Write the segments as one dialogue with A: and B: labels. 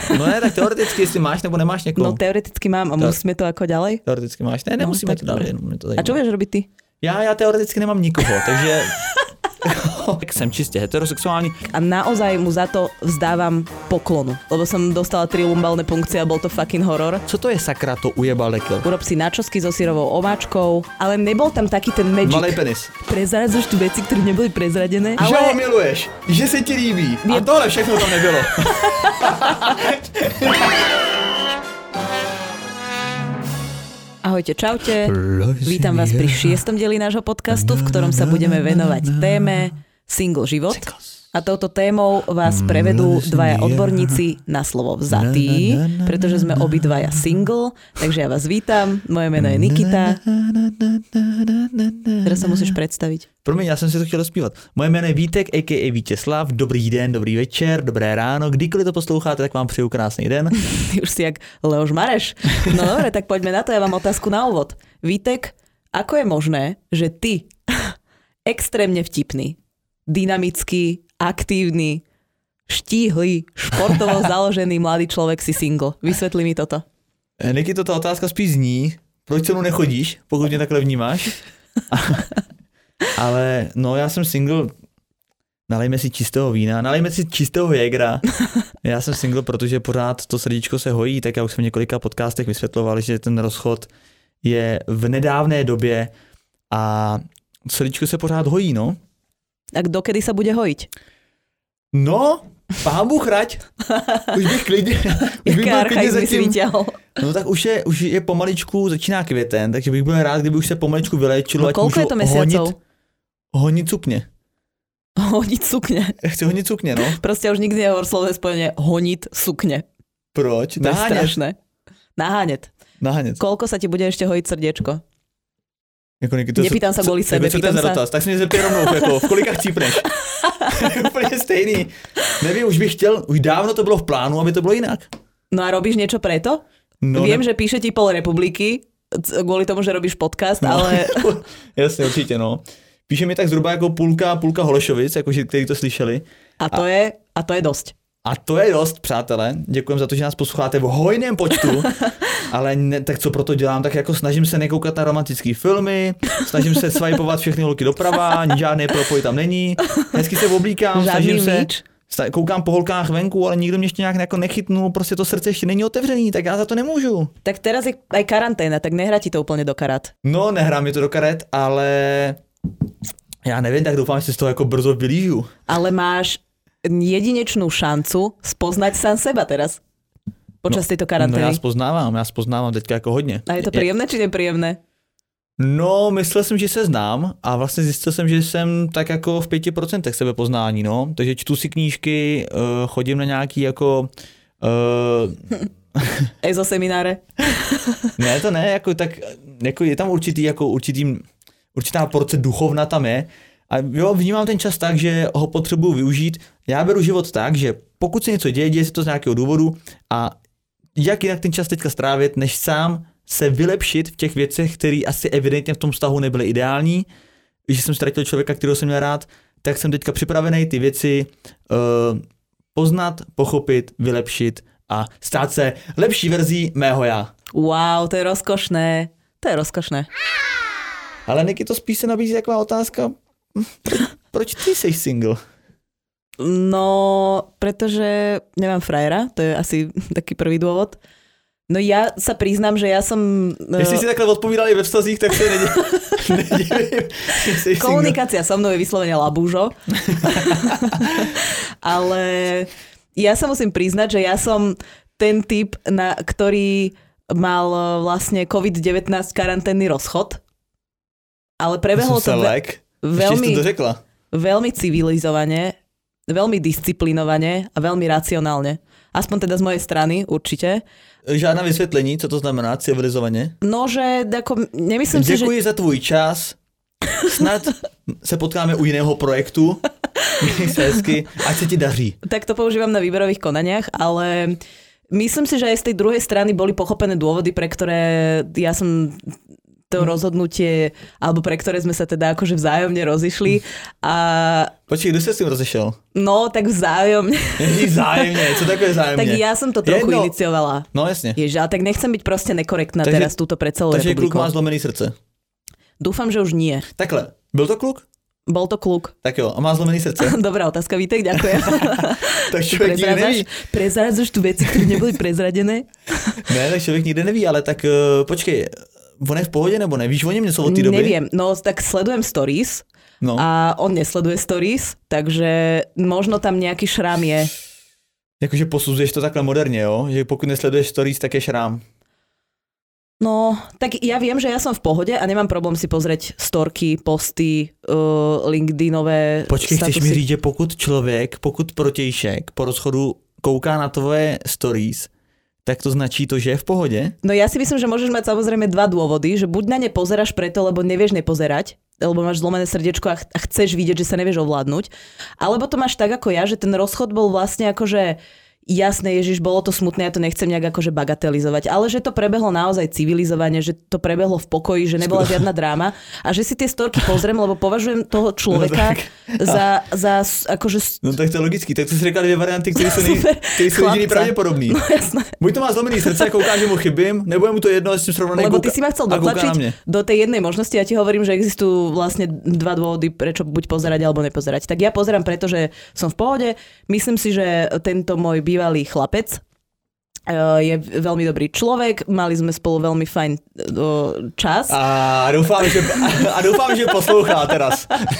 A: No ne, tak teoreticky, jestli máš nebo nemáš někoho.
B: No teoreticky mám a musíme to ako ďalej?
A: Teoreticky máš. Ne, nemusíme to dál.
B: A čo vieš robiť ty?
A: Já teoreticky nemám nikoho, takže jsem čistě heterosexuální.
B: A naozaj mu za to vzdávam poklonu, lebo som dostala 3 lumbálne punkcie a bol to fucking horor.
A: Co to je sakra, to ujebal dekil?
B: Urob si načosky so syrovou omáčkou, ale nebol tam taký ten magic.
A: Malej penis.
B: Prezradzuješ tu veci, ktoré neboli prezradené.
A: Že ho miluješ, že se ti líbí. A tohle všechno tam nebylo.
B: Ahojte, čaute. Vítam vás pri 6. dieli nášho podcastu, v ktorom sa budeme venovať téme Single život. A touto témou vás prevedú dvaja odborníci na slovo vzatý, pretože sme obidvaja single. Takže ja vás vítam. Moje meno je Nikita. Teraz sa musíš predstaviť.
A: Promiň, já jsem si to chtěl zpívat. Moje jméno je Vítek, a.k.a. Vítězslav. Dobrý den, dobrý večer, dobré ráno. Kdykoliv to posloucháte, tak vám přeju krásný den.
B: Ty už si jak Leoš Mareš. No dobre, tak poďme na to. Ja mám otázku na úvod. Vítek, ako je možné, že ty, extrémne vtipný, dynamický, aktívny, štíhly, športovo založený mladý človek si single? Vysvetli mi toto.
A: Niky, ta otázka spíš zní, proč se mnou nechodíš, pokud mě takhle vnímáš? Ale no, já jsem single, nalejme si čistého vína, nalejme si čistého Jägera. Já jsem single, protože pořád to srdíčko se hojí, tak já už jsem v několika podcastech vysvětloval, že ten rozchod je v nedávné době a srdíčko se pořád hojí, no.
B: A dokedy sa bude hojiť?
A: No, pán Bůh rať. Už bych klidně, No tak už je pomaličku, začíná květen, takže bych byl rád, kdyby už se pomaličku vylečilo,
B: no, ať můžu
A: honit sukně.
B: Honit sukně?
A: Já chci honit sukně, no.
B: Prostě už nikdy nehovor slovné spojenie honit sukně.
A: Proč?
B: To je strašné. Naháňet. Koľko sa ti bude ešte hojiť srdiečko? Nepýtam sa kvôli sebe, pýtam sa...
A: Tak si mě zeptej rovnou, jako, v kolika chcípneš? Úplně stejný. Nevím, už bych chtěl, už dávno to bylo v plánu, aby to bylo jinak.
B: No a robíš niečo preto? No, viem, že píše ti pol republiky, kvôli tomu, že robíš podcast, no, ale...
A: Jasně, určitě, no. Píše mi tak zhruba jako půlka Holešovic, jakože, kteří to slyšeli.
B: A to je dosť.
A: A to je dost, přátelé. Děkujeme za to, že nás posloucháte v hojném počtu. Ale ne, tak co proto dělám? Tak jako snažím se nekoukat na romantické filmy, snažím se swipovat všechny holky doprava, žádný propoj tam není. Hezky se oblíkám, snažím se... Koukám po holkách venku, ale nikdo mě ještě nějak jako nechytnul, prostě to srdce ještě není otevřený, tak já za to nemůžu.
B: Tak teraz je aj karanténa, tak nehrá ti to úplně do karet.
A: No, nehrá mi to do karet, ale já nevím, tak doufám, že si z toho jako brzo vylížu.
B: Ale máš jedinečnú šancu spoznať sám seba teraz. Počas tejto karantény.
A: No já spoznávám teďka jako hodně.
B: A je to príjemné či nepríjemné?
A: No, myslel jsem, že se znám a vlastně zjistil jsem, že jsem tak jako v 5% sebepoznání, no. Takže čtu si knížky, chodím na nějaký jako...
B: EZO semináre?
A: Ne, to ne, jako tak, jako je tam určitá porce duchovna tam je. A jo, vnímám ten čas tak, že ho potřebuji využít. Já beru život tak, že pokud se něco děje se to z nějakého důvodu a jak jinak ten čas teďka strávit, než sám se vylepšit v těch věcech, které asi evidentně v tom vztahu nebyly ideální, že jsem ztratil člověka, kterého jsem měl rád, tak jsem teďka připravený ty věci poznat, pochopit, vylepšit a stát se lepší verzí mého já.
B: Wow, to je rozkošné. To je rozkošné.
A: Ale Niky, to spíš se nabízí taková otázka, proč ty jsi single?
B: No, pretože nemám frajera, to je asi taký prvý dôvod. No ja sa priznám, že ja som...
A: Jestli si takhle odpovídali ve vztazích, tak sa nedivím.
B: Komunikácia so mnou je vyslovene labúžo. Ale ja sa musím priznať, že ja som ten typ, ktorý mal vlastne COVID-19 karanténny rozchod. Ale prebehlo to veľmi civilizovane, veľmi disciplinovane a veľmi racionálne. Aspoň teda z mojej strany, určite.
A: Žádná vysvětlení, co to znamená civilizovaně?
B: No, že ako, nemyslím si, že...
A: Děkuji za tvůj čas. Snad se potkáme u jiného projektu. Měj se hezky, ať se ti daří.
B: Tak to používam na výberových konaniach, ale myslím si, že aj z tej druhej strany boli pochopené dôvody, pre ktoré ja som to rozhodnutie, alebo pre ktoré sme sa teda akože vzájomne rozišli. A...
A: Počkej, kdo se s tým rozešel?
B: No, tak vzájomne.
A: Vzájemne, co takové vzájemne?
B: Tak ja som to trochu iniciovala.
A: No jasne.
B: Ježiš, ale tak nechcem byť proste nekorektná teraz túto pre celú republiku.
A: Takže kluk má zlomený srdce.
B: Dúfam, že už nie.
A: Takhle, byl to kluk?
B: Bol to kluk.
A: Tak jo, a má zlomený srdce.
B: Dobrá otázka, Vítek, ďakujem.
A: Tak člověk nikdy neví.
B: Prezrádzaš tu veci, ktoré neboli prezradené?
A: Ne, tak člověk nikdy neví, ale tak počkej, on je v pohodě nebo ne? Víš o něm něco od té doby?
B: Neviem, no tak sledujem stories a on nesleduje stories, takže možno tam nejaký šrám je.
A: Jakože posuzuješ to takhle moderně, jo? Že pokud nesleduješ stories, tak je šrám.
B: No, tak ja viem, že ja som v pohode a nemám problém si pozrieť storky, posty, LinkedInové
A: Počkej,
B: statusy.
A: chceš mi říct, že pokud protějšek po rozchodu kouká na tvoje stories, tak to značí to, že je v pohodě?
B: No ja si myslím, že môžeš mať samozrejme dva dôvody, že buď na ne pozeráš preto, lebo nevieš nepozerať, lebo máš zlomené srdiečko a chceš vidieť, že sa nevieš ovládnuť, alebo to máš tak ako ja, že ten rozchod bol vlastne akože jasné, Ježiš, bolo to smutné, ja to nechcem nejak akože bagatelizovať, ale že to prebehlo naozaj civilizovane, že to prebehlo v pokoji, že nebola žiadna dráma a že si tie storky pozriem, lebo považujem toho človeka za akože...
A: No tak to je logický, tak to si řekla dvě varianty, které jsou jediný pravděpodobný.
B: No jasné.
A: Buď to má zlomený srdce, kouká, že mu chybím, nebo je mu to jedno, s tím srovnaný.
B: Lebo ty si ma chcel dotlačiť do tej jednej možnosti, ja ti hovorím, že existujú vlastne dva dôvody, prečo buď pozerať alebo nepozerať. Tak ja pozerám, pretože som v pohode, myslím si, že tento môj bývalý chlapec je veľmi dobrý človek, mali sme spolu veľmi fajn čas.
A: A doufám, že poslouchá teraz.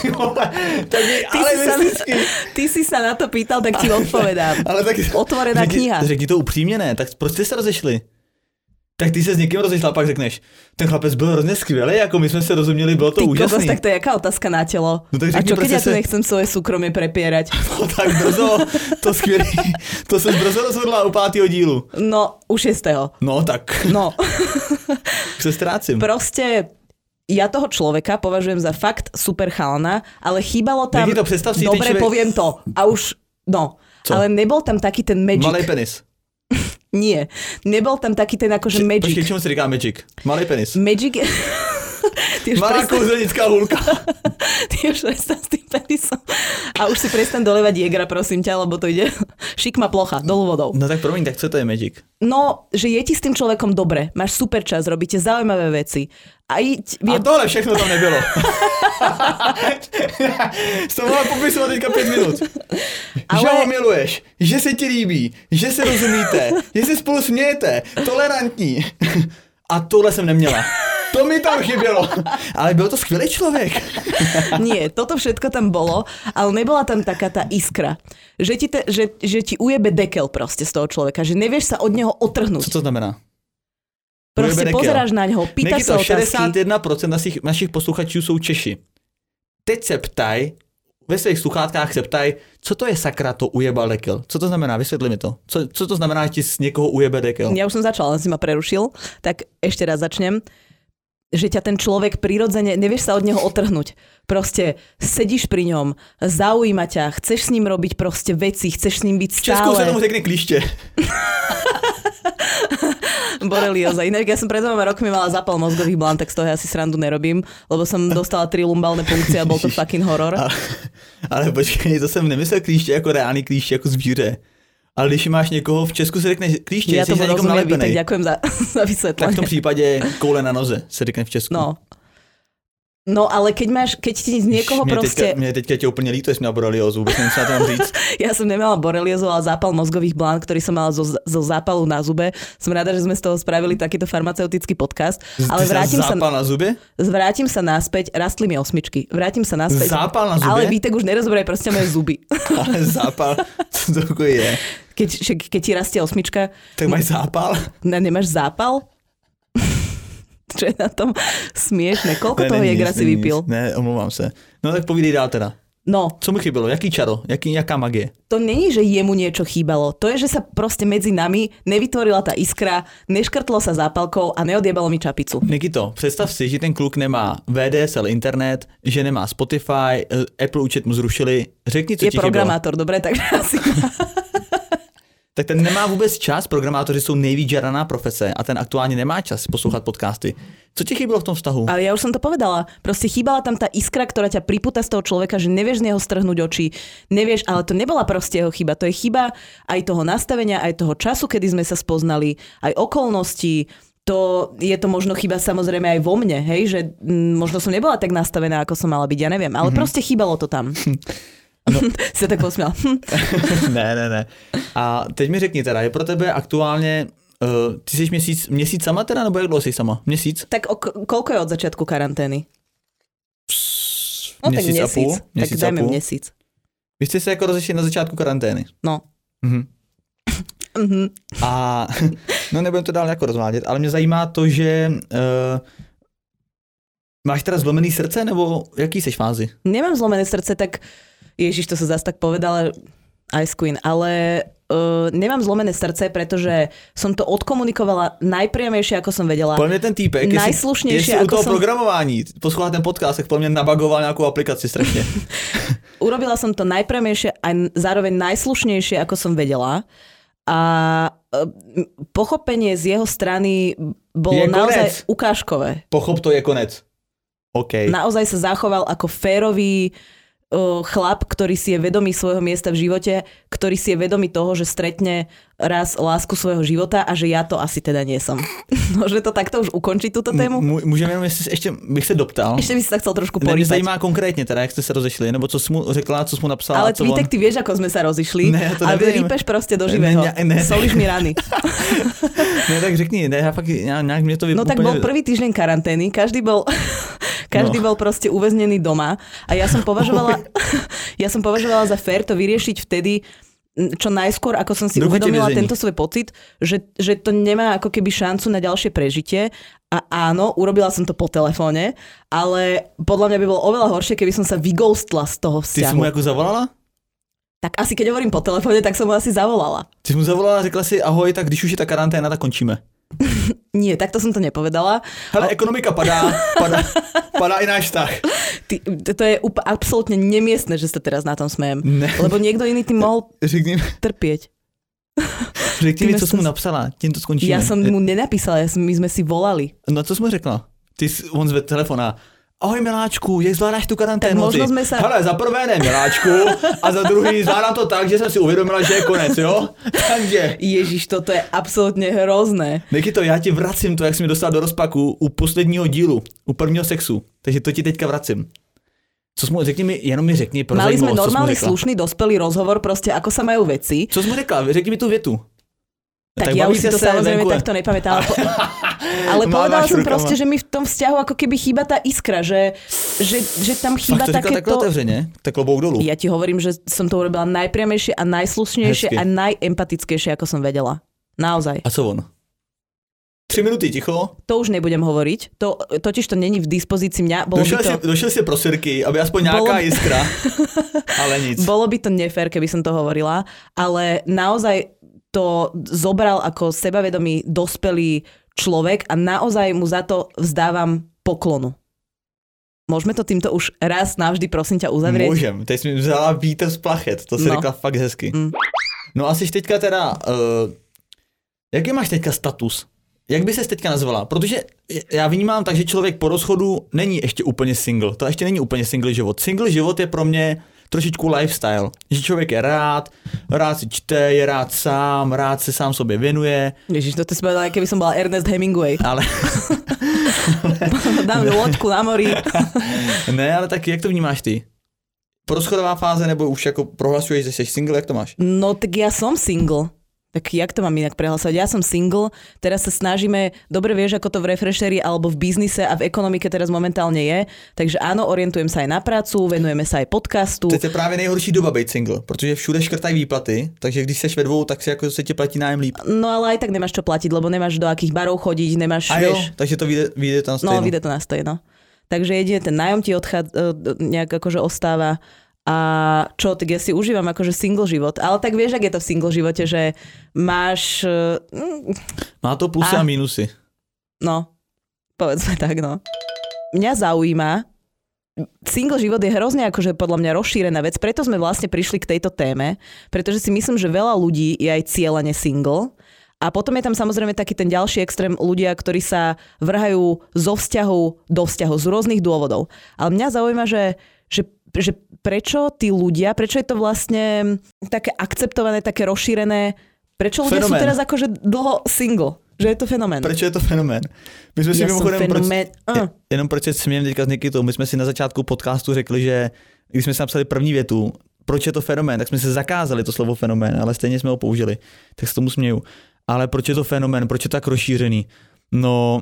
B: Ty si sa na to pýtal, tak ti odpovedám.
A: Ale tak,
B: otvorená kniha.
A: Řekni to upřímně, ne? Tak proč jste se rozešli? Tak ty se s někým rozešla, pak řekneš, ten chlapec byl hrozně skvělý, jako my jsme se rozuměli, bylo to úžasný.
B: Kokos, tak to je jaká otázka na telo?
A: No tak
B: a čo keď ja tu nechcem svoje súkromie prepierať?
A: No tak brzo, to skvělý, to se brzo rozhodla u 5. dílu.
B: No, u 6.
A: No tak.
B: No.
A: Se ztrácim.
B: Proste ja toho človeka považujem za fakt super chalana, ale chýbalo tam...
A: To predstav si,
B: dobre, poviem to. A už, no. Co? Ale nebol tam taký ten magic.
A: Malej penis.
B: Nie. Nebol tam taký ten akože magic.
A: Počkej, čemu se říká magic? Malej penis.
B: Magic...
A: Malá kouzelnická hulka.
B: Ty už prestan s tým penisom. A už si prestan dolevať Jägera, prosím ťa, lebo to ide šikma plocha, dolu vodou.
A: No tak promiň, tak co to je magic?
B: No, že je ti s tým človekom dobre, máš super čas, robíte zaujímavé veci. A
A: tohle všechno tam nebylo. Jsi to mohla popisovat teďka 5 minut. Ale... Že ho miluješ, že se ti líbí, že se rozumíte, že se spolu smějete, tolerantní. A tohle jsem neměla. To mi tam chybělo. Ale byl to skvělý člověk.
B: Nie, toto všetko tam bolo, ale nebola tam taká tá iskra. Že ti ujebe dekel proste z toho človeka, že nevieš sa od neho otrhnúť.
A: Co to znamená?
B: Proste pozeráš na něho, pýtaš sa otázky.
A: 61% našich posluchačů jsou Češi. Teď se ptaj, ve svých sluchátkách se ptaj, co to je sakra to ujebal dekel? Co to znamená? Vysvětli mi to. Co to znamená, že ti z někoho ujebe dekel?
B: Ja už som začala, len si ma prerušil, tak ešte raz začnem. Že ťa ten človek prirodzene, nevieš sa od neho otrhnúť. Proste sedíš pri ňom, zaujíma ťa, chceš s ním robiť proste veci, chceš s ním byť stále.
A: V Česku sa tomu řekne klíště.
B: Borelioza. Inak ja som pred 2 rokmi mala zápal mozgových blán, tak z toho ja si srandu nerobím, lebo som dostala 3 lumbálne punkcie a bol to fucking horor.
A: Ale počkej, to jsem nemyslel klíště jako reálný klíště, jako zvíře. Ale když máš někoho v Česku, se řekne klíště,
B: ja to
A: jsi na někom nalepenej.
B: Tak ďakujem za vysvetlenie.
A: Tak v tom případě koule na noze se řekne v Česku.
B: No, ale keď ti z niekoho
A: Mne teďka tě úplně líto, jestli měla boreliozu, vůbec nevím, co na to mám říct.
B: Ja som nemala boreliozu, ale zápal mozgových blán, ktorý som mala zo zápalu na zube. Som rada, že sme z toho spravili takýto farmaceutický podcast. Ale
A: zápal na zube?
B: Vrátim sa naspäť, rastli mi osmičky. Vrátim sa naspäť.
A: Zápal na zube?
B: Ale Vítek už nerozoberaj proste moje zuby.
A: Ale zápal, co to je?
B: Keď ti rastie osmička...
A: Tak máš zápal?
B: Nemáš zápal? Čo je na tom smiešne? Koľko toho Jägera si vypil?
A: Ne, omlouvám se. No tak povídej dál teda.
B: No.
A: Co mu chybilo? Jaký čaro? Jaká magie?
B: To není, že jemu niečo chýbalo. To je, že sa proste medzi nami nevytvorila tá iskra, neškrtlo sa zápalkou a neodjebalo mi čapicu.
A: Nikito, představ si, že ten kluk nemá VDSL internet, že nemá Spotify, Apple účet mu zrušili. Řekni, co ti chybilo.
B: Je programátor, dobre, takže asi...
A: tak ten nemá vůbec čas, programátoři jsou nejvíc žaraná profese a ten aktuálně nemá čas poslouchat podcasty. Co ti chybilo v tom vztahu?
B: Ale ja už som to povedala, proste chýbala tam tá iskra, ktorá ťa pripúta z toho človeka, že nevieš z neho strhnúť oči, nevieš, ale to nebola proste jeho chyba, to je chyba aj toho nastavenia, aj toho času, kedy sme sa spoznali, aj okolností. To je to možno chyba samozrejme aj vo mne, hej, že možno som nebola tak nastavená, ako som mala byť, ja neviem, ale proste chýbalo to tam. No. Se tak posměl.
A: Ne. A teď mi řekni teda, je pro tebe aktuálně, ty jsi měsíc sama teda, nebo jak dlouho jsi sama? Měsíc?
B: Tak koľko je od začiatku karantény? No
A: měsíc
B: tak
A: a půl.
B: Tak dajme měsíc.
A: Vy jste se jako rozešli na začátku karantény.
B: No.
A: A no nebudem to dál jako rozvádět, ale mě zajímá to, že máš teda zlomený srdce, nebo jaký seš fázi?
B: Nemám zlomené srdce, tak Ježiš, to sa zase tak povedala Ice Queen, ale nemám zlomené srdce, pretože som to odkomunikovala najpriamejšie, ako som vedela.
A: Podľa mňa ten týpek,
B: najslušnejšie,
A: ako u toho programování poslouchá ten podcast, tak podľa mňa nabagoval nejakú aplikaci strašne.
B: Urobila som to najpriamejšie a zároveň najslušnejšie, ako som vedela. A pochopenie z jeho strany bolo naozaj ukážkové.
A: Pochop, to je konec. Okay.
B: Naozaj sa zachoval ako férový chlap, ktorý si je vedomý svojho miesta v živote, ktorý si je vedomý toho, že stretne raz lásku svojho života a že ja to asi teda nie som. Môže to takto už ukončiť túto tému?
A: Můžeme jenom, jestli ještě bych se doptal.
B: Ještě by si sa chcel trošku porýpať.
A: Mě zajímá konkrétně teda, jak ste sa rozešli, nebo co jsi mu řekla, co jsi mu napsala.
B: Ale Vítek, ty vieš, ako sme sa rozišli.
A: Ne, to
B: a rýpeš proste do živého. Solíš mi rany.
A: Ne, tak řekni, ne, ja fakt nějak mě to
B: No tak bol prvý týždeň karantény, každý bol proste uväznený doma a ja som považovala za fér to vyriešiť vtedy, čo najskôr, ako som si uvedomila tento svoj pocit, že to nemá ako keby šancu na ďalšie prežitie. A áno, urobila som to po telefóne, ale podľa mňa by bolo oveľa horšie, keby som sa vyghostla z toho vzťahu.
A: Ty si mu ako zavolala?
B: Tak asi keď hovorím po telefóne, tak som mu asi zavolala.
A: Ty si mu zavolala a řekla si ahoj, tak když už je ta karanténa, tak končíme.
B: Nie, takto som to nepovedala.
A: Hele, ekonomika padá i náš vztah.
B: To je absolútne nemiestne, že sa teraz na tom smejem.
A: Ne.
B: Lebo niekto iný tým mohol trpieť.
A: Řekni mi, co jsi mu napsala, tím to skončíme.
B: Ja som mu nenapísala, my sme si volali.
A: No co jsi mu řekla? On zvedl telefon a ahoj miláčku, jak zvládáš tu karanténu? Hele, za prvé ne miláčku a za druhý zvládám to tak, že jsem si uvědomila, že je konec, jo? Takže.
B: Ježiš, toto je absolútne hrozné.
A: Nikito, já ti vracím to, jak jsi mi dostal do rozpaku u posledního dílu, u prvního sexu. Takže to ti teďka vracím. Co jsi mu, jenom mi řekni pro
B: Mali
A: zajímavost,
B: sme normálny, slušný, dospelý rozhovor, proste ako sa majú veci.
A: Co jsi mu řekla? Řekni mi tu větu.
B: Tak ja už si to samozrejme takto nepamätám. Ale povedala som proste, že mi v tom vzťahu ako keby chýba tá iskra, že tam chýba takéto...
A: Fakt to takhle otevřeně? Tak klobouk dolů.
B: Ja ti hovorím, že som to urobila najpriamejšie a najslušnejšie a najempatickejšie, ako som vedela. Naozaj.
A: A co on? 3 minuty ticho.
B: To už nebudem hovoriť. Totiž to není v dispozícii mňa.
A: Došiel si pro sirky, aby aspoň nejaká iskra. Ale nic.
B: Bolo by to nefér, keby som to hovorila, ale naozaj to zobral ako sebavedomý, dospelý človek a naozaj mu za to vzdávam poklonu. Môžeme to týmto už raz navždy, prosím ťa, uzavrieť?
A: Môžem, teď si mi vzala vítr z plachet, to si řekla fakt hezky. No a jsi teďka teda, jaký máš teďka status? Jak by ses teďka nazvala? Protože já vnímám tak, že člověk po rozchodu není ještě úplně single. To ještě není úplně single život. Single život je pro mě trošičku lifestyle. Že člověk je rád si čte, je rád sám, rád se sám sobě věnuje.
B: Ježiš, to ty povedala, keby som bola Ernest Hemingway.
A: Ale...
B: Dám lodku na mori.
A: Ne, ale tak jak to vnímáš ty? Porozchodová fáze, nebo už jako prohlasuješ, že jsi single, jak to máš?
B: No tak ja som single. Tak jak to mám inak prehlasovať? Ja som single, teraz sa snažíme, dobre vieš, ako to v Refresheri alebo v biznise a v ekonomike teraz momentálne je, takže áno, orientujem sa aj na prácu, venujeme sa aj podcastu.
A: Teď je právě nejhorší doba být single, protože všude škrtají výplaty, takže když seš ve dvou, tak si jako se ti platí nájem líp.
B: No ale aj tak nemáš čo platiť, lebo nemáš do akých barov chodiť, nemáš,
A: a jo, vieš. Takže to vyjde tam stejno.
B: No, vyjde to na stejno. Takže jedine ten nájom ti nejak akože ostáva. A čo, tak ja si užívam akože single život. Ale tak vieš, ak je to v single živote, že máš...
A: Má to plusy a mínusy.
B: No, povedzme tak, no. Mňa zaujíma, single život je hrozne akože podľa mňa rozšírená vec, preto sme vlastne prišli k tejto téme, pretože si myslím, že veľa ľudí je aj cieľane single. A potom je tam samozrejme taký ten ďalší extrém ľudia, ktorí sa vrhajú zo vzťahu do vzťahu z rôznych dôvodov. Ale mňa zaujíma, že prečo tí ľudia, prečo je to vlastne také akceptované, také rozšírené, prečo ľudia sú teraz akože dlho single? Že je to fenomén.
A: Proč je to fenomén? My jsme si mimochodem, jenom proč se smějem teďka s Nikitou, my jsme si na začátku podcastu řekli, že když jsme si napsali první větu, proč je to fenomén, tak jsme si zakázali to slovo fenomén, ale stejně jsme ho použili, tak se tomu směju. Ale proč je to fenomén, proč je to tak rozšířený? No,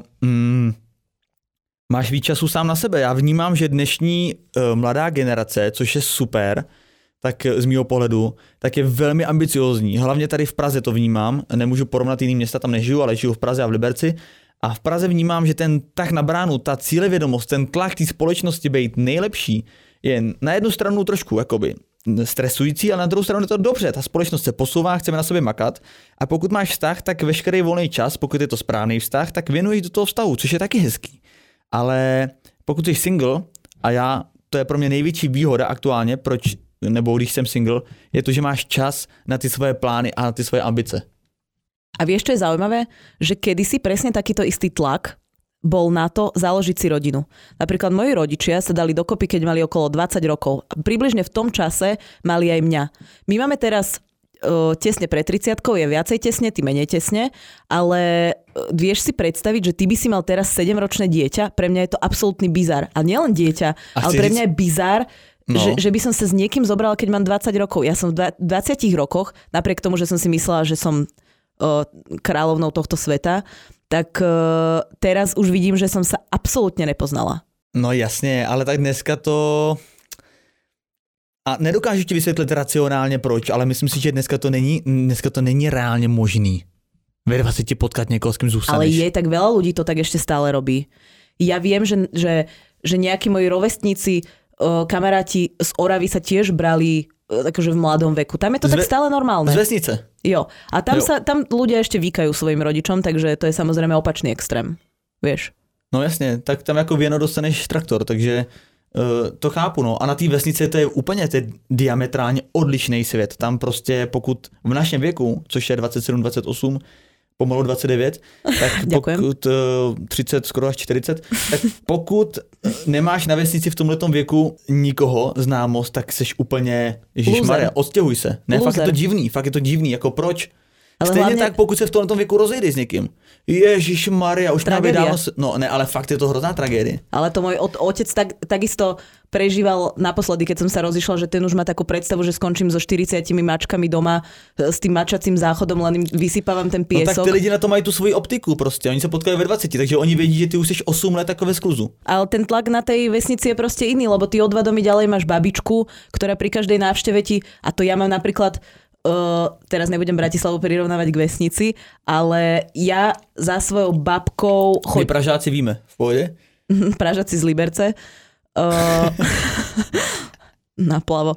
A: máš víc času sám na sebe. Já vnímám, že dnešní mladá generace, což je super, tak z mýho pohledu, tak je velmi ambiciózní. Hlavně tady v Praze to vnímám, nemůžu porovnat jiný města, tam nežiju, ale žiju v Praze a v Liberci. A v Praze vnímám, že ten tah na bránu, ta cílevědomost, ten tlak té společnosti být nejlepší, je na jednu stranu trošku jakoby stresující, ale na druhou stranu je to dobře. Ta společnost se posouvá, chceme na sobě makat. A pokud máš vztah, tak veškerý volný čas, pokud je to správný vztah, tak věnuješ do toho vztahu, což je taky hezký. Ale pokud jsi single, a to je pro mě největší výhoda aktuálně, nebo když jsem single, je to, že máš čas na ty svoje plány a na ty svoje ambice.
B: A vieš, čo je zaujímavé? Že kedysi presne takýto istý tlak bol na to založiť si rodinu. Napríklad moji rodičia sa dali dokopy, keď mali okolo 20 rokov. Približne v tom čase mali aj mňa. My máme teraz tesne pred 30-kou, je viacej tesne, ty menej tesne, ale vieš si predstaviť, že ty by si mal teraz 7-ročné dieťa? Pre mňa je to absolútny bizar. A nielen dieťa, ale pre mňa je bizar, že by som sa s niekým zobrala, keď mám 20 rokov. Ja som v 20 rokoch, napriek tomu, že som si myslela, že som kráľovnou tohto sveta, tak teraz už vidím, že som sa absolútne nepoznala.
A: No jasně, ale tak dneska to... A nedokážu ti vysvětlit racionálně proč, ale myslím si, že dneska to není reálně možný. Ve 20 potkat někoho, s kým zůstaneš.
B: Ale je, tak veľa ľudí to tak ešte stále robí. Ja viem, že nejakí moji rovestníci, kamaráti z Oravy sa tiež brali akože v mladom veku. Tam je to tak stále normálne.
A: Z vesnice.
B: Jo. A tam ľudia ešte víkajú svojim rodičom, takže to je samozrejme opačný extrém. Vieš?
A: No jasně, tak tam jako věno dostaneš traktor, takže to chápu, no. A na té vesnici to je úplně diametrálně odlišný svět. Tam prostě pokud v našem věku, což je 27, 28, pomalu 29, tak pokud 30, skoro až 40, tak pokud nemáš na vesnici v tomhletom věku nikoho, známost, tak seš úplně, ježišmarja, odstěhuj se. Ne, fakt je to divný, jako proč? Ale stejně hlavně... tak, pokud se v tomto věku rozejdeš s někým. Ježišmarja, už právě dávno... No ne, ale fakt je to hrozná tragédia.
B: Ale to môj otec takisto prežíval naposledy, keď som sa rozišla, že ten už má takú predstavu, že skončím so 40 mačkami doma s tým mačacím záchodom, len im vysypávam ten piesok.
A: No tak ty lidi na to mají tu svoji optiku prostě. Oni se potkají ve 20, takže oni vědí, že ty už jsi 8 let jako ve skluzu.
B: Ale ten tlak na tej vesnici je proste iný, lebo ty o 2 domy ďalej máš babičku, ktorá pri každej návšteve ti, a to ja mám napríklad teraz nebudem Bratislavu prirovnávať k vesnici, ale ja za svojou babkou...
A: My Pražáci víme, v pohode?
B: Pražáci z Liberce. Naplavo.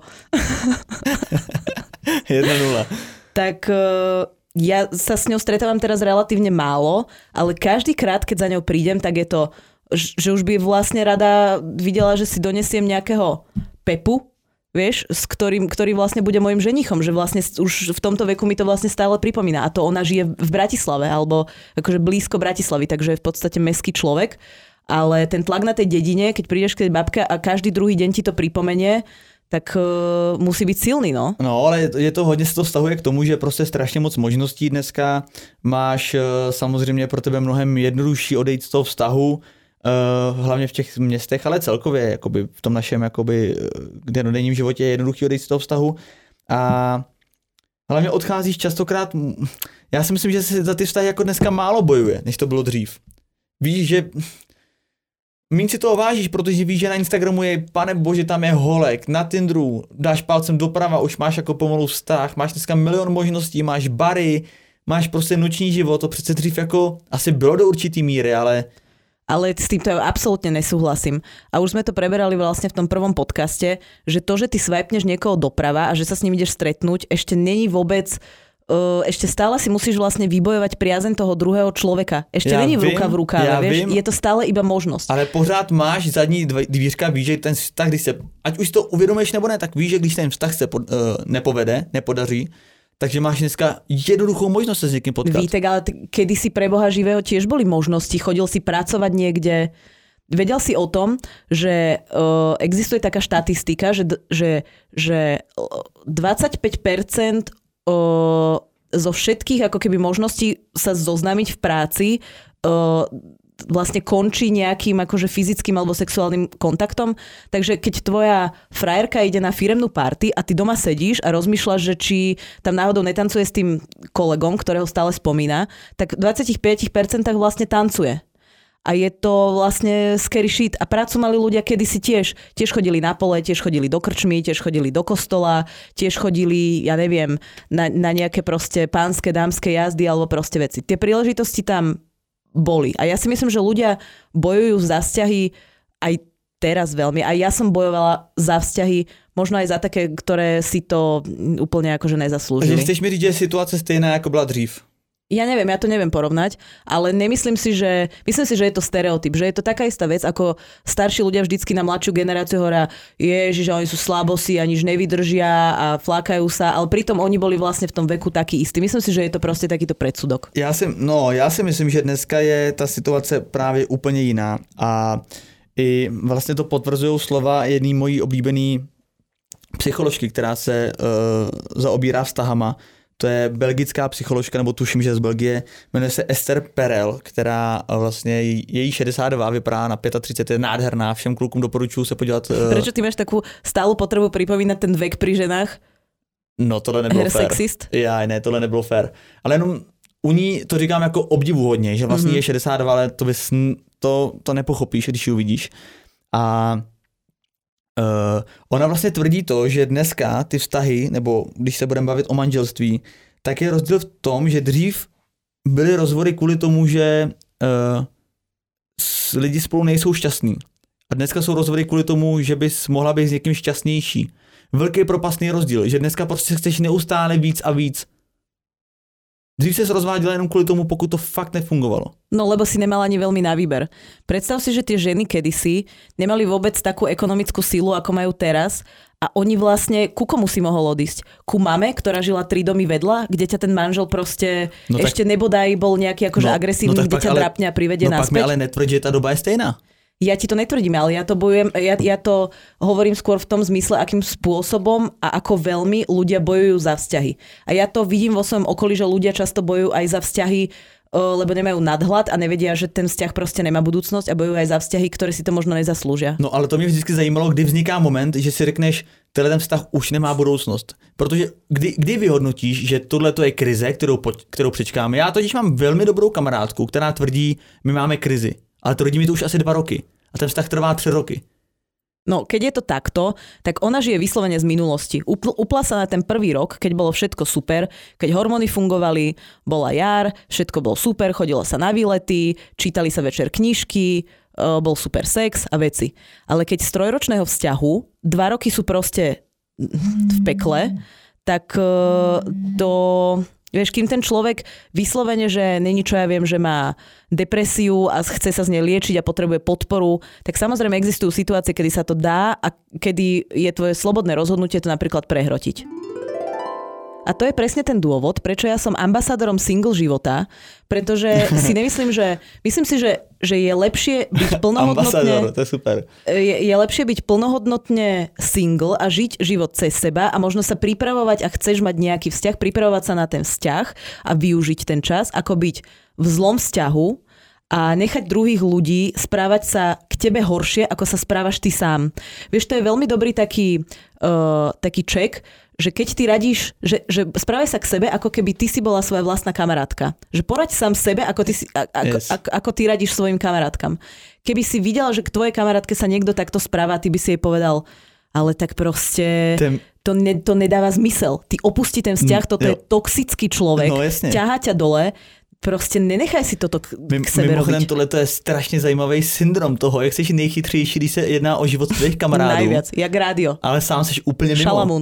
A: 1-0.
B: Tak ja sa s ňou stretávam teraz relatívne málo, ale každý krát, keď za ňou prídem, tak je to, že už by vlastne rada videla, že si donesiem nejakého Pepu, vieš, ktorý vlastne bude môjim ženichom, že vlastne už v tomto veku mi to vlastne stále pripomína. A to ona žije v Bratislave, alebo akože blízko Bratislavy, takže je v podstate mestský človek. Ale ten tlak na tej dedine, keď prídeš k tej babke a každý druhý deň ti to pripomenie, tak musí byť silný, no.
A: No, ale je to hodně, se to vztahuje k tomu, že prostě strašně moc možností dneska máš samozřejmě pro tebe mnohem jednodušší odejít z toho vztahu, hlavně v těch městech, ale celkově jakoby v tom našem jakoby dennodenním životě je jednoduchý odejít z toho vztahu a hlavně odcházíš častokrát, já si myslím, že se za ty vztahy jako dneska málo bojuje, než to bylo dřív. Víš, že míň si toho vážíš, protože víš, že na Instagramu je, pane bože, tam je holek, na Tinderu dáš palcem doprava, už máš jako pomalu vztah, máš dneska milion možností, máš bary, máš prostě noční život, to přece dřív jako asi bylo do určitý míry,
B: ale s týmto ja absolútne nesúhlasím. A už sme to preberali vlastne v tom prvom podcaste, že to, že ty swipneš niekoho doprava a že sa s ním ideš stretnúť, ešte není vôbec ešte stále si musíš vlastne vybojovať priazeň toho druhého človeka. Ešte není v ruka v rukáve, vieš? Je to stále iba možnosť.
A: Ale pořád máš zadní dvířka, víš, že ten vztah, když se, ať už to uvědomíš nebo ne, tak víš, že když ten vztah se nepodaří, takže máš dneska jednoduchou možnosť sa s niekým potkať.
B: Vítek, ale kedy si pre Boha živého tiež boli možnosti, chodil si pracovať niekde. Vedel si o tom, že existuje taká štatistika, že 25% zo všetkých ako keby možností sa zoznámiť v práci vlastne končí nejakým akože fyzickým alebo sexuálnym kontaktom. Takže keď tvoja frajerka ide na firemnú party a ty doma sedíš a rozmýšľaš, že či tam náhodou netancuje s tým kolegom, ktorého stále spomína, tak v 25% vlastne tancuje. A je to vlastne scary shit. A prácu mali ľudia kedysi tiež. Tiež chodili na pole, tiež chodili do krčmy, tiež chodili do kostola, tiež chodili, ja neviem, na nejaké proste pánske, dámske jazdy alebo proste veci. Tie príležitosti tam boli. A ja si myslím, že ľudia bojujú za vzťahy aj teraz veľmi. A ja som bojovala za vzťahy, možno aj za také, ktoré si to úplne akože nezaslúžili.
A: Chceš mi říct, že je situace stejná, ako bola dřív?
B: Ja neviem, ja to neviem porovnať, ale myslím si, že je to stereotyp, že je to taká istá vec, ako starší ľudia vždycky na mladšiu generáciu hovoria, že oni sú slabosi a nič nevydržia a flákajú sa, ale pritom oni boli vlastne v tom veku taký istý. Myslím si, že je to proste takýto predsudok.
A: Já si myslím, že dneska je ta situace právě úplně jiná a i vlastně to potvrzují slova jedný mojí oblíbený psycholožky, která se zaobírá vztahama. To je belgická psycholožka, nebo tuším, že z Belgie, jmenuje se Esther Perel, která vlastně její 62 vypadá na 35, je nádherná, všem klukům doporučuji se podívat.
B: Prečo ty máš takovou stálu potřebu připomínat ten vek při ženách?
A: No tohle nebylo fér.
B: Sexist?
A: Ne, tohle nebylo fér. Ale jenom u ní to říkám jako obdivuhodně, že vlastně je 62, ale to nepochopíš, když ji uvidíš. A ona vlastně tvrdí to, že dneska ty vztahy, nebo když se budeme bavit o manželství, tak je rozdíl v tom, že dřív byly rozvory kvůli tomu, že lidi spolu nejsou šťastní. A dneska jsou rozvory kvůli tomu, že bys mohla být s někým šťastnější. Velký propastný rozdíl, že dneska prostě chceš neustále víc a víc. Dřív se rozváděla jenom kvůli tomu, pokud to fakt nefungovalo.
B: No lebo si nemala ani veľmi na výber. Predstav si, že tie ženy kedysi nemali vôbec takú ekonomickú silu, ako majú teraz a oni vlastne, ku komu si mohol odísť? Ku mame, ktorá žila 3 domy vedľa, kde ťa ten manžel proste ešte nebodaj bol nejaký akože agresívny, kde ťa drapne a privedie naspäť.
A: No pak mi ale netvrdí, že tá doba je stejná.
B: Ja ti to netvrdím, ale ja to bojujem, ja to hovorím skôr v tom zmysle, akým spôsobom a ako veľmi ľudia bojujú za vzťahy. A ja to vidím vo svojom okolí, že ľudia často bojujú aj za vzťahy, lebo nemajú nadhľad a nevedia, že ten vzťah proste nemá budúcnosť a bojujú aj za vzťahy, ktoré si to možno nezaslúžia.
A: No ale to mě vždycky zajímalo, kdy vzniká moment, že si řekneš, tenhle ten vztah už nemá budoucnost. Protože kdy vyhodnotíš, že tohle to je krize, kterou přečkáme. Já totiž mám velmi dobrou kamarádku, která tvrdí, my máme krizi. Ale tvrdí mi to už asi 2 roky. A ten vztah trvá 3 roky.
B: No, keď je to takto, tak ona žije vyslovene z minulosti. Upla sa na ten prvý rok, keď bolo všetko super, keď hormóny fungovali, bola jar, všetko bolo super, chodilo sa na výlety, čítali sa večer knižky, bol super sex a veci. Ale keď z 3-ročného vzťahu 2 roky sú proste v pekle, tak to... Vieš, kým ten človek vyslovene, že není čo ja viem, že má depresiu a chce sa z nej liečiť a potrebuje podporu, tak samozrejme existujú situácie, kedy sa to dá a kedy je tvoje slobodné rozhodnutie to napríklad prehrotiť. A to je presne ten dôvod, prečo ja som ambasádorom single života, pretože si myslím si, že je lepšie byť plnohodnotne...
A: Ambasádor, to je super.
B: Je lepšie byť plnohodnotne single a žiť život cez seba a možno sa pripravovať, ak chceš mať nejaký vzťah, pripravovať sa na ten vzťah a využiť ten čas, ako byť v zlom vzťahu a nechať druhých ľudí správať sa k tebe horšie, ako sa správaš ty sám. Vieš, to je veľmi dobrý taký check, že keď ty radíš, že správaj sa k sebe, ako keby ty si bola svoja vlastná kamarátka. Že poraď sám sebe, ako ty radíš svojim kamarátkam. Keby si videl, že k tvojej kamarátke sa niekto takto správa, ty by si jej povedal, ale tak proste to nedáva zmysel. Ty opustí ten vzťah, toto je toxický človek, ťahá ťa dole, prostě nenechaj si toto k sebe
A: mimochodem,
B: robiť.
A: tohle je strašně zajímavý syndrom toho, jak jsi nejchytřejší, když se jedná o život tvých kamarádů.
B: Najviac, jak rádio.
A: Ale sám jsi úplně mimo.
B: Šalamun.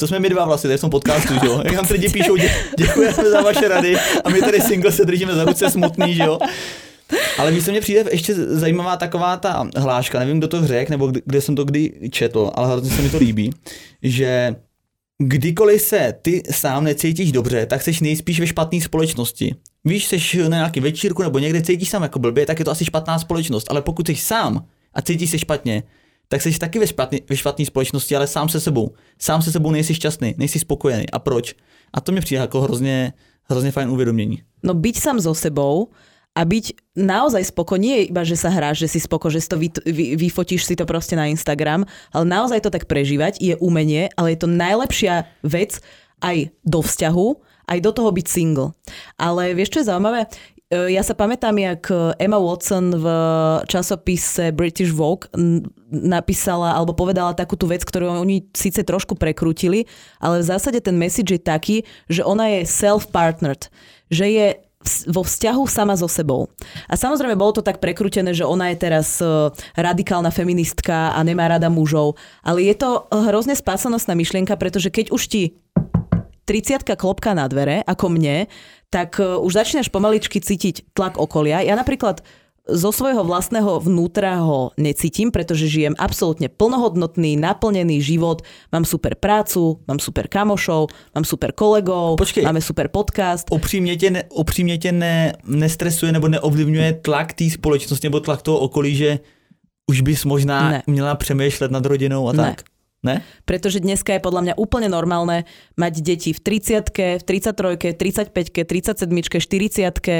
A: To jsme my dva vlastně tady v tom podcastu, že jo. Jak nám lidi píšou, děkujeme za vaše rady a my tady single se držíme za ruce smutný, že jo. Ale víš, co mě přijde ještě zajímavá taková ta hláška, nevím, kdo to řekl, nebo kde jsem to kdy četl, ale hrozně se mi to líbí, že kdykoliv se ty sám necítíš dobře, tak seš nejspíš ve špatné společnosti. Víš, seš na nějaký večírku nebo někde cítíš sám jako blbě, tak je to asi špatná společnost, ale pokud jsi sám a cítíš se špatně, tak jsi taky ve špatné společnosti, ale sám se sebou. Sám se sebou nejsi šťastný, nejsi spokojený. A proč? A to mě přijde jako hrozně fajn uvědomění.
B: No byť sám so sebou a byť naozaj spokojný, nie je iba, že sa hráš, že si spokojný, že si to vyfotíš si to proste na Instagram, ale naozaj to tak prežívať je umenie, ale je to najlepšia vec aj do vzťahu, aj do toho byť single. Ale vieš, čo je zaujímavé? Ja sa pamätám, jak Emma Watson v časopise British Vogue napísala alebo povedala takú tú vec, ktorú oni síce trošku prekrútili, ale v zásade ten message je taký, že ona je self-partnered, že je vo vzťahu sama so sebou. A samozrejme bolo to tak prekrútené, že ona je teraz radikálna feministka a nemá rada mužov, ale je to hrozne spásanostná myšlienka, pretože keď už ti 30-ka klopka na dvere, ako mne, tak už začínaš pomaličky cítiť tlak okolia. Ja napríklad zo svojho vlastného vnútra ho necítim, pretože žijem absolútne plnohodnotný, naplnený život. Mám super prácu, mám super kamošov, mám super kolegov, máme super podcast.
A: Upřímně tě nestresuje nebo neovlivňuje tlak té společnosti nebo tlak toho okolí, že už bys možná měla přemýšlet nad rodinou a tak? Ne?
B: Pretože dneska je podľa mňa úplne normálne mať deti v 30-ke, v 33-ke, 35-ke, 37-ke, 40-ke,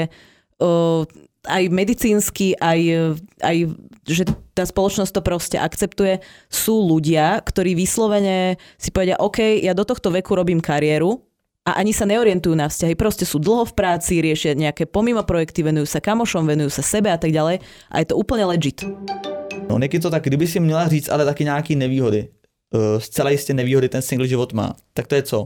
B: aj medicínsky, aj že tá spoločnosť to proste akceptuje. Sú ľudia, ktorí vyslovene si povedia, OK, ja do tohto veku robím kariéru a ani sa neorientujú na vzťahy. Proste sú dlho v práci, riešia nejaké pomimo projekty, venujú sa kamošom, venujú sa sebe a tak ďalej a je to úplne legit.
A: No, Niky, to tak, kdyby si měla říct, ale taky nějaký nevýhody. Zcela jistě nevýhody ten single život má. Tak to je co?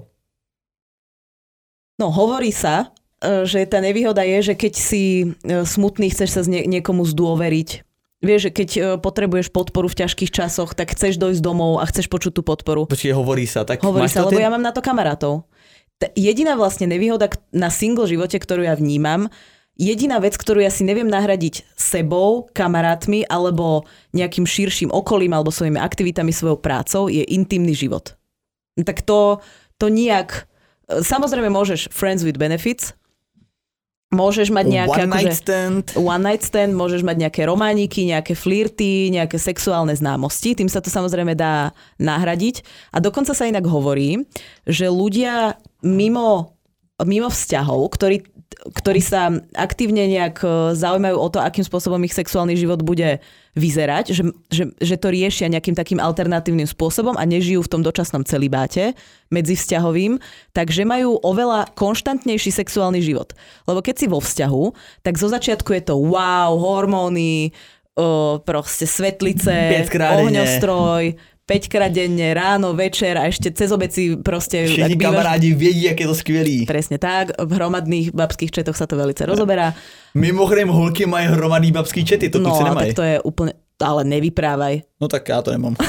B: No, hovorí sa, že tá nevýhoda je, že keď si smutný, chceš sa niekomu zdôveriť. Vieš, že keď potrebuješ podporu v ťažkých časoch, tak chceš dojsť domov a chceš počuť tú podporu.
A: Počkej, hovorí sa. Tak
B: hovorí sa, lebo ja mám na to kamarátov. Jediná vlastne nevýhoda na single živote, ktorú ja vnímam, jediná vec, ktorú ja si neviem nahradiť sebou, kamarátmi alebo nejakým širším okolím alebo svojimi aktivitami, svojou prácou, je intimný život. Tak to nijak... Samozrejme môžeš friends with benefits, môžeš mať nejaké... One night stand, môžeš mať nejaké romániky, nejaké flirty, nejaké sexuálne známosti, tým sa to samozrejme dá nahradiť. A dokonca sa inak hovorí, že ľudia mimo vzťahov, ktorí sa aktívne nejak zaujímajú o to, akým spôsobom ich sexuálny život bude vyzerať, že to riešia nejakým takým alternatívnym spôsobom a nežijú v tom dočasnom celibáte medzivzťahovým, takže majú oveľa konštantnejší sexuálny život. Lebo keď si vo vzťahu, tak zo začiatku je to wow, hormóny, proste svetlice, ohňostroj, 5-krát denne, ráno, večer a ešte cez obed si proste...
A: Všichni kamarádi vědí, jak je to skvělý.
B: Presne tak, v hromadných babských četoch sa to velice rozoberá.
A: Mimochodem holky mají hromadný babský čety, to kluci nemají.
B: No, tak to je úplne... Ale nevyprávaj.
A: No tak já to nemám.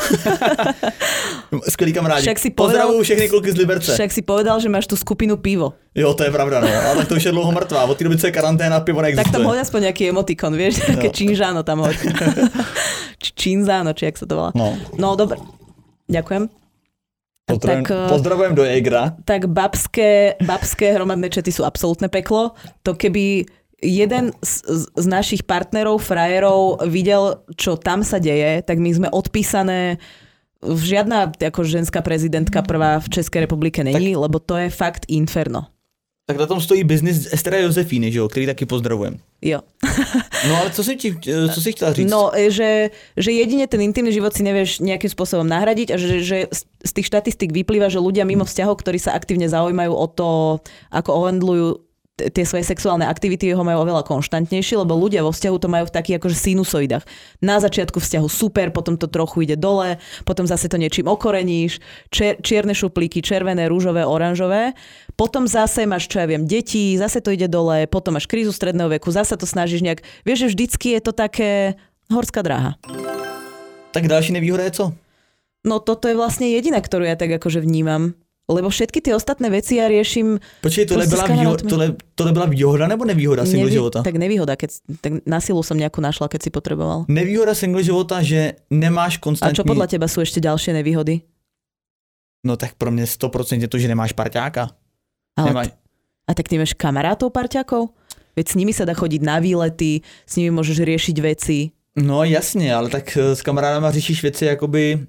A: Skvělý kamarádi. Pozdravuju všechny kluky z Liberce.
B: Však si povedal, že máš tu skupinu pivo.
A: Jo, to je pravda, no. Ale tak to už je dlouho mrtvá. Od té doby, co je karanténa, pivo neexistuje.
B: Tak tam hoď aspoň nejaký emotikon, vieš? Také čínžáno tam hoď. Čínzáno, či jak sa to volá. No, dobre. Ďakujem.
A: Pozdravujem do Jägera.
B: Tak babské hromadné čety sú absolútne peklo. To keby jeden z našich partnerov, frajerov videl, čo tam sa deje, tak my sme odpísané. Žiadna ako ženská prezidentka prvá v České republike není, lebo to je fakt inferno.
A: Tak na tom stojí biznis Estera Josefíny, že jo, který taky pozdravujem.
B: Jo.
A: No ale co si chtěla říct?
B: No, že jedine ten intimný život si nevieš nejakým spôsobom nahradiť a že z tých štatistík vyplýva, že ľudia mimo vzťahov, ktorí sa aktívne zaujímajú o to, ako ohandlujú tie svoje sexuálne aktivity, ho majú oveľa konštantnejšie, lebo ľudia vo vzťahu to majú v takých akože sinusoidách. Na začiatku vzťahu super, potom to trochu ide dole, potom zase to niečím okoreníš, čierne šuplíky, červené, rúžové, oranžové, potom zase máš, čo ja viem, deti, zase to ide dole, potom máš krízu stredného veku, zase to snažíš nejak, vieš, že vždycky je to také horská dráha.
A: Tak další nevýhoda je co?
B: No toto je vlastne jediné, ktorú ja tak akože vnímam. Lebo všetky ty ostatné veci ja riešim...
A: Počkej, tohle byla výhoda nebo nevýhoda single života?
B: Tak nevýhoda, tak na silu som nejakú našla, keď si potreboval.
A: Nevýhoda single života, že nemáš konstantní...
B: A čo podľa teba sú ešte ďalšie nevýhody?
A: No tak pro mě 100% je to, že nemáš parťáka.
B: A tak ty máš kamarátov parťákov? Veď s nimi sa dá chodiť na výlety, s nimi môžeš riešiť veci.
A: No jasně, ale tak s kamarádama řešíš věci jakoby...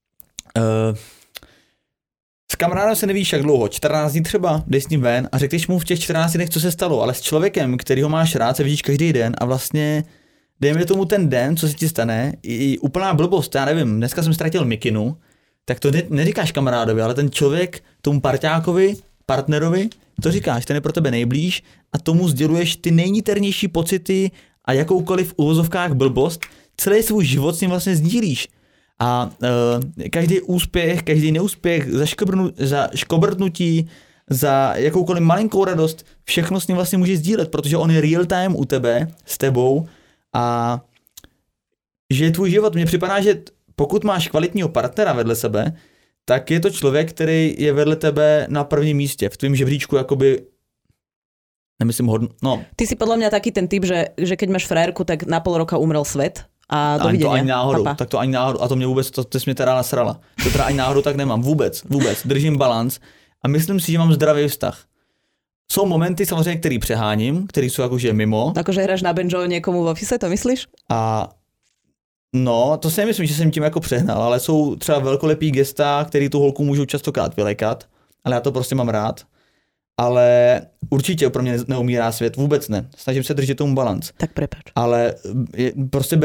A: S kamarádem se nevíš jak dlouho, 14 dní třeba, jdeš s ním ven a řekneš mu v těch 14 dnech, co se stalo, ale s člověkem, kterýho máš rád, se vidíš každý den a vlastně dejme tomu ten den, co se ti stane, i úplná blbost, já nevím, dneska jsem ztratil mikinu, tak to neříkáš kamarádovi, ale ten člověk tomu parťákovi, partnerovi, to říkáš, ten je pro tebe nejblíž a tomu sděluješ ty nejniternější pocity a jakoukoliv v uvozovkách blbost, celý svůj život s ním vlastně sdílíš. A každý úspěch, každý neúspěch, za škobrtnutí, za jakoukoliv malinkou radost, všechno s ním vlastně můžeš sdílet, protože on je real time u tebe, s tebou a že je tvůj život. Mně připadá, že pokud máš kvalitního partnera vedle sebe, tak je to člověk, který je vedle tebe na prvním místě, v tvém žebříčku jakoby nemyslím hodno. No.
B: Ty si podľa mňa taký ten typ, že keď máš frajerku, tak na pol roka umrel svet. A dovidenia.
A: To ani náhodou, tak to ani náhodou. A to mě vůbec, to jsi mě teda nasrala. To teda ani náhodou tak nemám. Vůbec. Držím balans a myslím si, že mám zdravý vztah. Jsou momenty samozřejmě, který přeháním, který jsou jakože mimo.
B: Akože hráš na banjo někomu v office, to myslíš?
A: A no, to si nemyslím, že jsem tím jako přehnal, ale jsou třeba velkolepý gesta, který tu holku můžou častokrát vylekat, ale já to prostě mám rád. Ale určitě pro mě neumírá svět, vůbec ne. Snažím se držet tomu balans.
B: Tak prepáč.
A: Ale prostě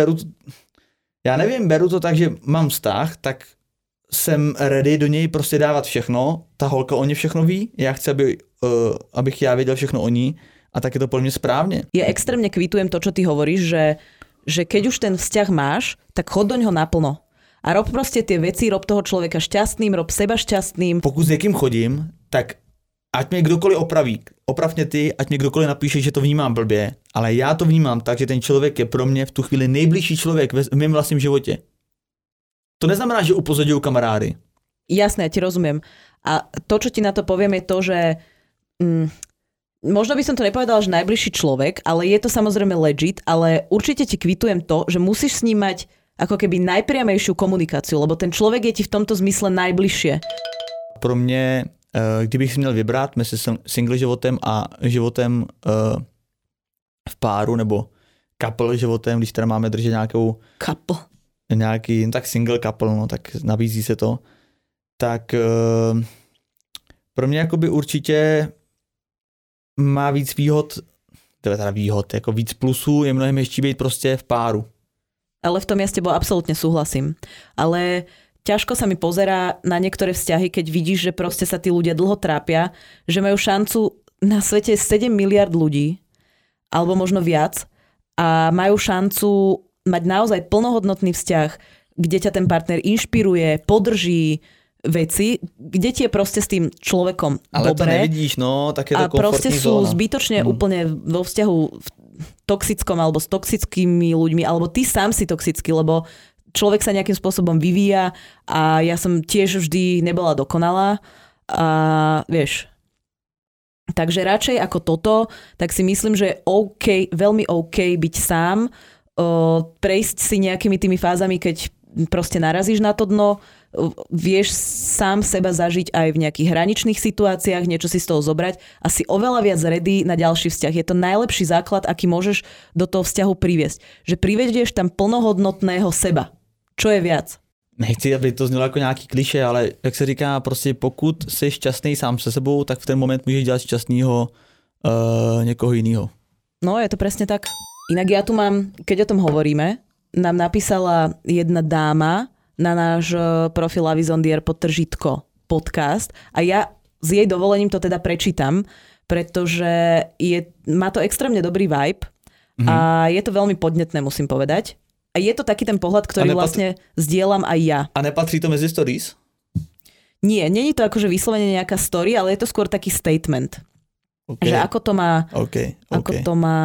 A: beru to tak, že mám vztah, tak jsem ready do něj prostě dávat všechno. Ta holka o ně všechno ví, já chci, abych já věděl všechno o ní a tak je to podle mě správně.
B: Ja extrémne kvitujem to, čo ty hovoríš, že keď už ten vzťah máš, tak chod do ňoho naplno. A rob prostě tie veci, rob toho človeka šťastným, rob seba šťastným.
A: Pokud s někým chodím, tak ať mě kdokoliv opravně ty, ať mě kdokoliv napíše, že to vnímám blbě, ale já to vnímám tak, že ten člověk je pro mě v tu chvíli nejbližší člověk v mém vlastním životě. To neznamená, že upozorňuju kamarády.
B: Jasné, ja ti rozumiem. A to, čo ti na to poviem, je to, že možno by som to nepovedala, že najbližší človek, ale je to samozrejme legit, ale určite ti kvitujem to, že musíš s ním mať ako keby najpriamejšiu komunikáciu, lebo ten človek je ti v tomto zmysle najbližšie.
A: Pro mě kdybych si měl vybrat mezi single životem a životem v páru nebo couple životem, když teda máme držet nějaký tak single couple, no, tak nabízí se to, tak pro mě jakoby určitě má víc výhod, jako víc plusů, je mnohem ještě být prostě v páru.
B: Ale v tom ja s tebou absolútne súhlasím. Ale ťažko sa mi pozerá na niektoré vzťahy, keď vidíš, že proste sa tí ľudia dlho trápia, že majú šancu na svete 7 miliard ľudí, alebo možno viac, a majú šancu mať naozaj plnohodnotný vzťah, kde ťa ten partner inšpiruje, podrží veci, kde ti je proste s tým človekom
A: ale
B: dobré.
A: Ale to nevidíš, no, tak je to
B: a proste sú
A: zóna.
B: zbytočne úplne vo vzťahu toxickom alebo s toxickými ľuďmi, alebo ty sám si toxický, lebo človek sa nejakým spôsobom vyvíja a ja som tiež vždy nebola dokonalá a vieš. Takže radšej ako toto, tak si myslím, že je OK, veľmi OK byť sám, prejsť si nejakými tými fázami, keď proste narazíš na to dno, vieš sám seba zažiť aj v nejakých hraničných situáciách, niečo si z toho zobrať a si oveľa viac ready na ďalší vzťah. Je to najlepší základ, aký môžeš do toho vzťahu priviesť. Že privedieš tam plnohodnotného seba. Čo je viac?
A: Nechci, aby to znělo jako nějaký kliše, ale jak se říká, prostě pokud jsi šťastný sám se sebou, tak v ten moment můžeš dělat šťastnýho někoho jiného.
B: No, je to presne tak. Inak ja tu mám, keď o tom hovoríme, nám napísala jedna dáma na náš profil Avizondier _ podcast a ja s jej dovolením to teda prečítam, pretože má to extrémne dobrý vibe a je to veľmi podnetné, musím povedať. A je to taký ten pohľad, ktorý vlastne zdieľam aj ja.
A: A nepatrí to medzi stories?
B: Nie, není to akože vyslovene nejaká story, ale je to skôr taký statement. Okay. Že ako to má... Ako to má...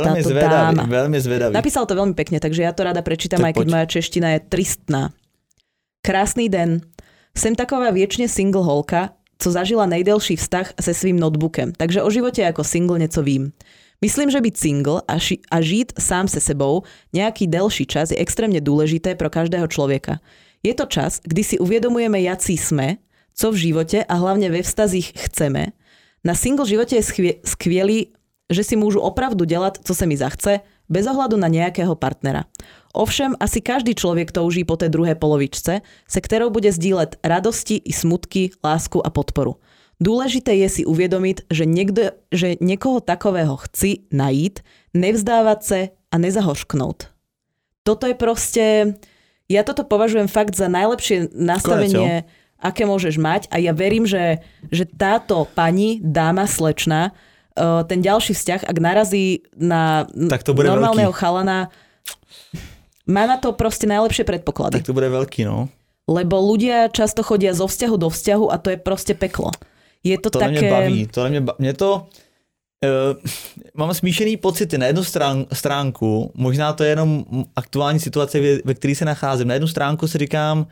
A: Veľmi zvedavý.
B: Napísal to veľmi pekne, takže ja to rada prečítam, aj keď moja čeština je tristná. Krásný den. Jsem taková věčně single holka, co zažila nejdelší vztah se svým notebookem, takže o životě jako single něco vím. Myslím, že byť single a žít sám se sebou nejaký delší čas je extrémne dôležité pro každého človeka. Je to čas, kdy si uvedomujeme, jací sme, co v živote a hlavne ve vztazích chceme. Na single živote je skvělý, že si môžu opravdu delať, co se mi zachce, bez ohľadu na nejakého partnera. Ovšem, asi každý človek touží po tej druhej polovičce, se ktorou bude sdílet radosti i smutky, lásku a podporu. Dôležité je si uvedomiť, že niekoho takového chci najít, nevzdávať sa a nezahošknout. Toto je proste... Ja toto považujem fakt za najlepšie nastavenie, aké môžeš mať a ja verím, že táto pani, dáma, slečna, ten ďalší vzťah, ak narazí na normálneho chalana, má na to proste najlepšie predpoklady.
A: Tak to bude veľký, no.
B: Lebo ľudia často chodia zo vzťahu do vzťahu a to je proste peklo. Je to také...
A: Mě to mám smíšený pocity. Na jednu stránku, možná to je jenom aktuální situace, ve které se nacházím. Na jednu stránku si říkám,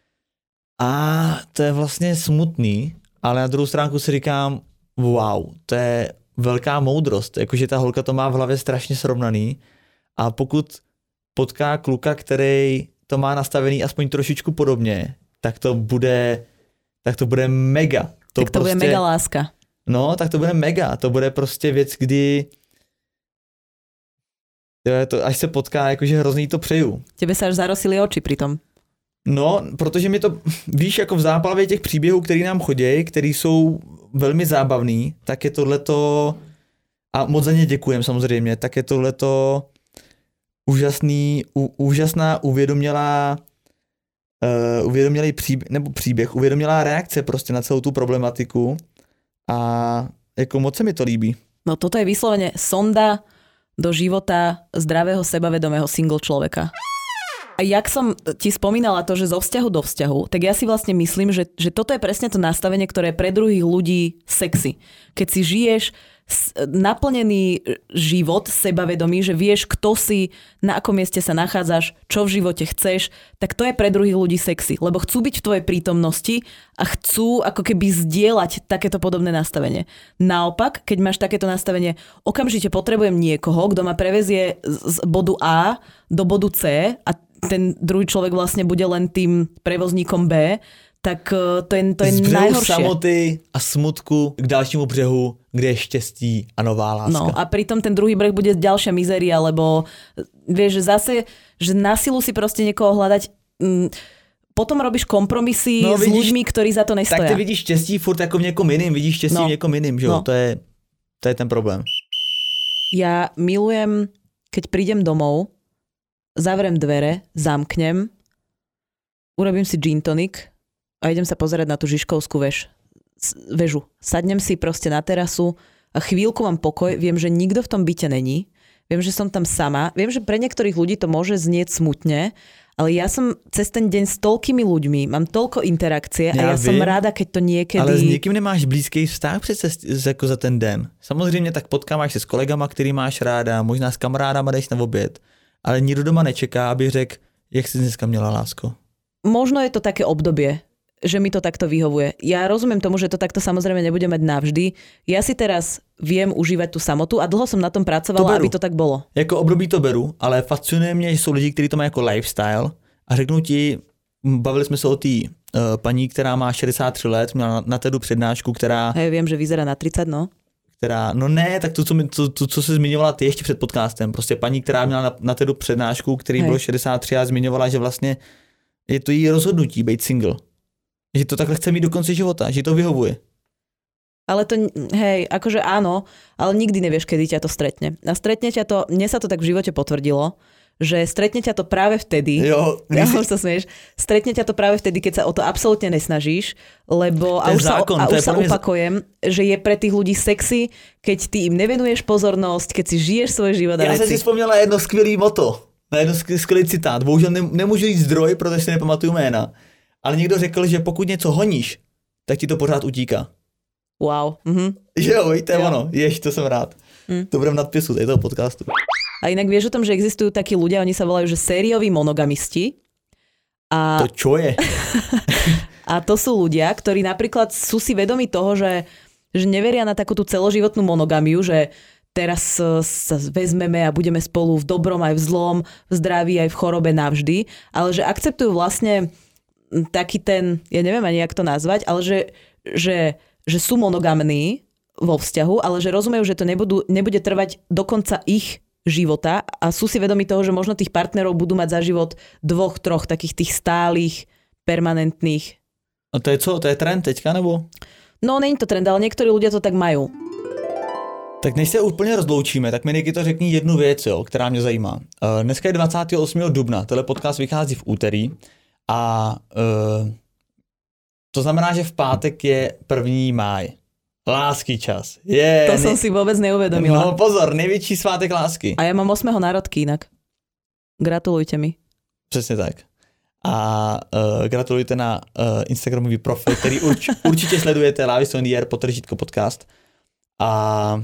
A: to je vlastně smutný, ale na druhou stránku si říkám, wow, to je velká moudrost. Jakože ta holka to má v hlavě strašně srovnaný a pokud potká kluka, který to má nastavený aspoň trošičku podobně, tak to bude mega.
B: Tak to bude mega láska.
A: No, tak to bude mega. To bude prostě věc, kdy až se potká, jakože hrozný to přeju.
B: Tebe se až zarosili oči přitom.
A: No, protože mi to, víš, jako v záplavě těch příběhů, který nám chodějí, který jsou velmi zábavný, tak je tohleto, a moc za ně děkujem samozřejmě, tak je tohleto úžasná uvědomělý uvědomělá reakce prostě na celou tu problematiku a jako moc se mi to líbí.
B: No toto je vyslovene sonda do života zdravého, sebavedomého single človeka. A jak som ti spomínala to, že zo vzťahu do vzťahu, tak ja si vlastne myslím, že toto je presne to nastavenie, ktoré je pre druhých ľudí sexy. Keď si žiješ naplnený život, sebavedomý, že vieš, kto si, na akom mieste sa nachádzaš, čo v živote chceš, tak to je pre druhých ľudí sexy, lebo chcú byť v tvojej prítomnosti a chcú ako keby zdieľať takéto podobné nastavenie. Naopak, keď máš takéto nastavenie, okamžite potrebujem niekoho, kto ma prevezie z bodu A do bodu C a ten druhý človek vlastne bude len tým prevozníkom B, tak to je najhoršie.
A: Z samoty a smutku k dalšímu břehu, kde je štěstí a nová láska.
B: No a pritom ten druhý breh bude ďalšia mizéria, lebo vieš, že zase, že na silu si proste niekoho hľadať, potom robíš kompromisy s ľuďmi, ktorí za to nestoja.
A: Tak ty vidíš štěstí furt jako v někom jiným, vidíš štěstí v někom jiným, že jo? To je ten problém.
B: Ja milujem, keď prídem domov, zavriem dvere, zamknem, urobím si gin tonic a idem sa pozerať na tú Žižkovskú väžu. Sadnem si proste na terasu a chvíľku mám pokoj, viem, že nikto v tom byte není, viem, že som tam sama, viem, že pre niektorých ľudí to môže znieť smutne, ale ja som cez ten deň s toľkými ľuďmi, mám toľko interakcie a ja som ráda, keď to niekedy...
A: Ale s niekým nemáš blízký vztah přece jako za ten den. Samozřejmě tak potkáváš se s kolegama, který máš ráda, možná s kamarádama jdeš na oběd, ale nikdo doma nečeká, aby řekl, jak si dneska měla, lásko.
B: Možno je to také obdobie, že mi to takto vyhovuje. Ja rozumiem tomu, že to takto samozrejme nebude mať navždy. Ja si teraz viem užívať tú samotu a dlho som na tom pracovala, aby to tak bolo.
A: Jako období to beru, ale fascinuje mě, že jsou lidi, kteří to mají jako lifestyle a řeknu ti, bavili jsme se o té paní, která má 63 let, měla na TEDu přednášku, která...
B: Ja viem, že vyzerá na 30, no.
A: Tak to, co jsi zmiňovala ty ještě před podcastem, prostě paní, která měla na TEDu přednášku, který bylo 63 a zmiňovala, že vlastně je to její rozhodnutí být single. Že to takhle chce mít do konce života, že to vyhovuje.
B: Ale to, akože áno, ale nikdy nevieš, kedy ťa to stretne. A stretne ťa to, mne sa to tak v živote potvrdilo, že stretne ťa to práve vtedy, stretne ťa to práve vtedy, keď sa o to absolútne nesnažíš, lebo už sa opakujem, že je pre tých ľudí sexy, keď ty im nevenuješ pozornosť, keď si žiješ svoj život a
A: veci. Ja som si vzpomněla jedno skvělý moto, na jedno skvělý citát. Bohužel nemůžu říct zdroj, protože si nepamatuju jména. Ale někdo řekl, že pokud něco honíš, tak ti to pořád utíká.
B: Wow.
A: Že jo, to je ono. To jsem rád. To bude v nadpisu toho podcastu.
B: A inak vieš o tom, že existujú takí ľudia, oni sa volajú, že sérioví monogamisti.
A: To čo je?
B: A to sú ľudia, ktorí napríklad sú si vedomi toho, že neveria na takú tú celoživotnú monogamiu, že teraz sa vezmeme a budeme spolu v dobrom aj v zlom, v zdraví aj v chorobe navždy, ale že akceptujú vlastne taký ten, ja neviem ani jak to nazvať, ale že sú monogamní vo vzťahu, ale že rozumejú, že to nebude trvať do konca ich života a sú si vedomi toho, že možno tých partnerov budú mať za život 2-3 takých tých stálych, permanentných.
A: A to je co? To je trend teďka, nebo?
B: No, není to trend, ale někteří ľudia to tak mají.
A: Tak než se úplně rozloučíme, tak mi Nikito řekni jednu věc, jo, která mě zajímá. Dneska je 28. dubna, tenhle podcast vychází v úterý a to znamená, že v pátek je 1. máj. Lásky čas.
B: To jsem si vůbec neuvědomila.
A: No pozor, největší svátek lásky.
B: A já mám 8. národky jinak. Gratulujte mi.
A: Přesně tak. A gratulujte na Instagramový profil, který určitě sledujete, Lavisonier, _ podcast. A